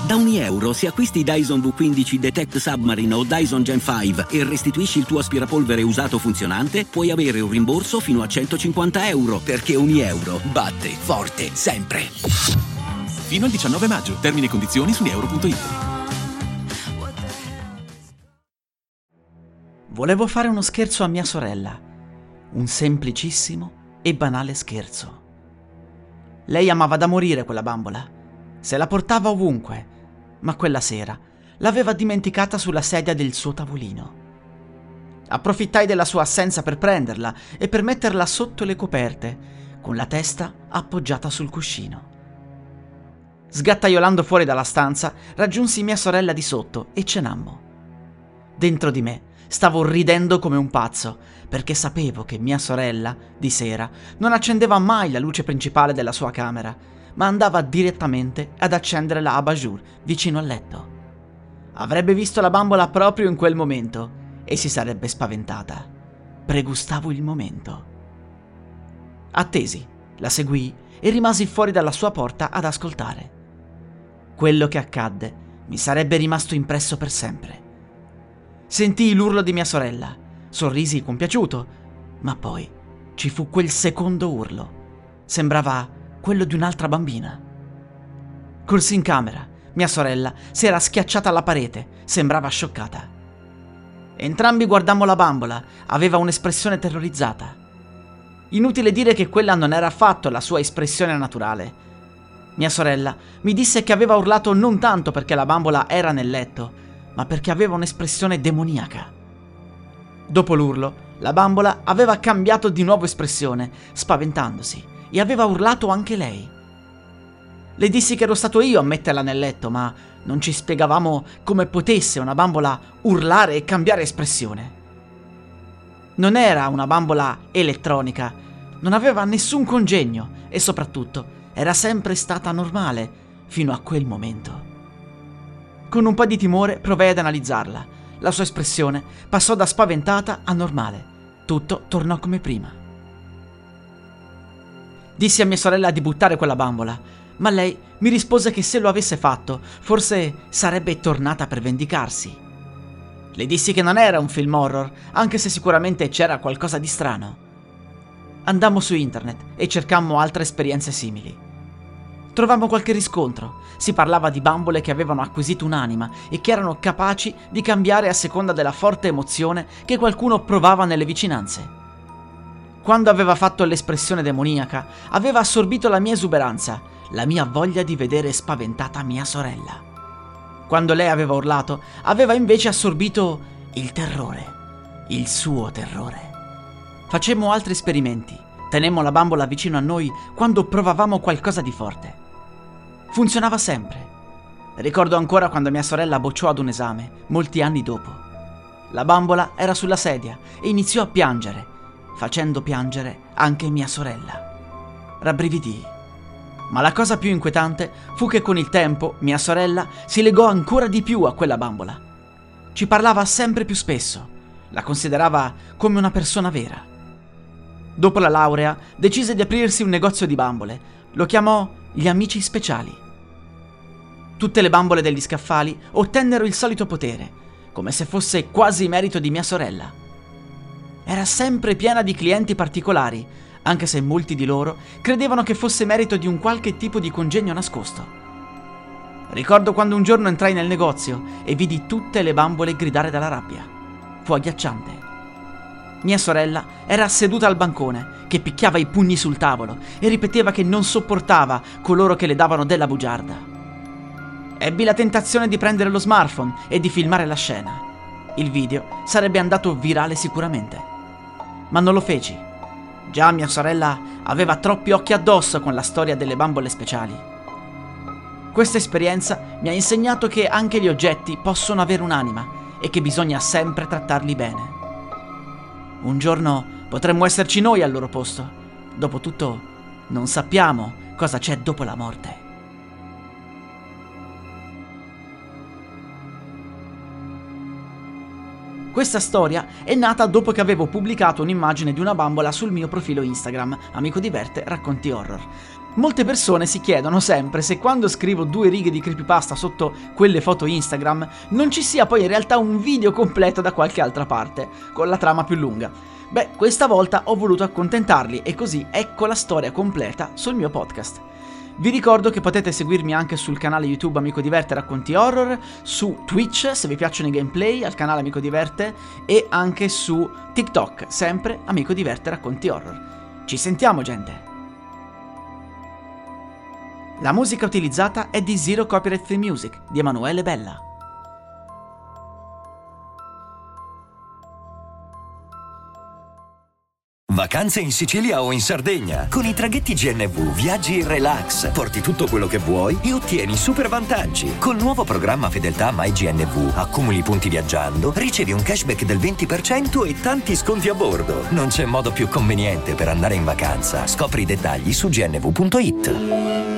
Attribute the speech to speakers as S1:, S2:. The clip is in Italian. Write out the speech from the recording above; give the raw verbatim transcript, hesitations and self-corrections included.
S1: Da ogni euro, se acquisti Dyson V quindici Detect Submarine o Dyson Gen cinque e restituisci il tuo aspirapolvere usato funzionante, puoi avere un rimborso fino a centocinquanta euro, perché ogni euro batte forte sempre.
S2: Fino al diciannove maggio. Termini e condizioni su euro punto it.
S3: Volevo fare uno scherzo a mia sorella. Un semplicissimo e banale scherzo. Lei amava da morire quella bambola. Se la portava ovunque, ma quella sera l'aveva dimenticata sulla sedia del suo tavolino. Approfittai della sua assenza per prenderla e per metterla sotto le coperte, con la testa appoggiata sul cuscino. Sgattaiolando fuori dalla stanza, raggiunsi mia sorella di sotto e cenammo. Dentro di me stavo ridendo come un pazzo, perché sapevo che mia sorella, di sera, non accendeva mai la luce principale della sua camera, ma andava direttamente ad accendere la abajur vicino al letto. Avrebbe visto la bambola proprio in quel momento e si sarebbe spaventata. Pregustavo il momento. Attesi, la seguii e rimasi fuori dalla sua porta ad ascoltare. Quello che accadde mi sarebbe rimasto impresso per sempre. Sentii l'urlo di mia sorella, sorrisi compiaciuto, ma poi ci fu quel secondo urlo. Sembrava quello di un'altra bambina. Corsi in camera. Mia sorella si era schiacciata alla parete, sembrava scioccata. Entrambi guardammo la bambola, aveva un'espressione terrorizzata. Inutile dire che quella non era affatto la sua espressione naturale. Mia sorella mi disse che aveva urlato non tanto perché la bambola era nel letto, ma perché aveva un'espressione demoniaca. Dopo l'urlo, la bambola aveva cambiato di nuovo espressione, spaventandosi, e aveva urlato anche lei. Le dissi che ero stato io a metterla nel letto, ma non ci spiegavamo come potesse una bambola urlare e cambiare espressione. Non era una bambola elettronica, non aveva nessun congegno e soprattutto era sempre stata normale fino a quel momento. Con un po' di timore provai ad analizzarla. La sua espressione passò da spaventata a normale. Tutto tornò come prima. Dissi a mia sorella di buttare quella bambola, ma lei mi rispose che se lo avesse fatto, forse sarebbe tornata per vendicarsi. Le dissi che non era un film horror, anche se sicuramente c'era qualcosa di strano. Andammo su internet e cercammo altre esperienze simili. Trovammo qualche riscontro. Si parlava di bambole che avevano acquisito un'anima e che erano capaci di cambiare a seconda della forte emozione che qualcuno provava nelle vicinanze. Quando aveva fatto l'espressione demoniaca, aveva assorbito la mia esuberanza, la mia voglia di vedere spaventata mia sorella. Quando lei aveva urlato, aveva invece assorbito il terrore, il suo terrore. Facemmo altri esperimenti. Tenemmo la bambola vicino a noi quando provavamo qualcosa di forte. Funzionava sempre. Ricordo ancora quando mia sorella bocciò ad un esame, molti anni dopo. La bambola era sulla sedia e iniziò a piangere, facendo piangere anche mia sorella. Rabbrividii. Ma la cosa più inquietante fu che con il tempo mia sorella si legò ancora di più a quella bambola. Ci parlava sempre più spesso, la considerava come una persona vera. Dopo la laurea decise di aprirsi un negozio di bambole, lo chiamò Gli Amici Speciali. Tutte le bambole degli scaffali ottennero il solito potere, come se fosse quasi merito di mia sorella. Era sempre piena di clienti particolari, anche se molti di loro credevano che fosse merito di un qualche tipo di congegno nascosto. Ricordo quando un giorno entrai nel negozio e vidi tutte le bambole gridare dalla rabbia. Fu agghiacciante. Mia sorella era seduta al bancone, che picchiava i pugni sul tavolo e ripeteva che non sopportava coloro che le davano della bugiarda. Ebbi la tentazione di prendere lo smartphone e di filmare la scena. Il video sarebbe andato virale sicuramente. Ma non lo feci. Già mia sorella aveva troppi occhi addosso con la storia delle bambole speciali. Questa esperienza mi ha insegnato che anche gli oggetti possono avere un'anima e che bisogna sempre trattarli bene. Un giorno potremmo esserci noi al loro posto. Dopotutto, non sappiamo cosa c'è dopo la morte. Questa storia è nata dopo che avevo pubblicato un'immagine di una bambola sul mio profilo Instagram, Amico Diverte Racconti Horror. Molte persone si chiedono sempre se quando scrivo due righe di creepypasta sotto quelle foto Instagram non ci sia poi in realtà un video completo da qualche altra parte, con la trama più lunga. Beh, questa volta ho voluto accontentarli e così ecco la storia completa sul mio podcast. Vi ricordo che potete seguirmi anche sul canale YouTube Amico Diverte Racconti Horror, su Twitch se vi piacciono i gameplay al canale Amico Diverte e anche su TikTok, sempre Amico Diverte Racconti Horror. Ci sentiamo, gente! La musica utilizzata è di Zero Copyright Free Music di Emanuele Bella.
S4: Vacanze in Sicilia o in Sardegna. Con i traghetti G N V viaggi in relax, porti tutto quello che vuoi e ottieni super vantaggi. Col nuovo programma Fedeltà MyGNV accumuli punti viaggiando, ricevi un cashback del venti per cento e tanti sconti a bordo. Non c'è modo più conveniente per andare in vacanza. Scopri i dettagli su gnv punto it.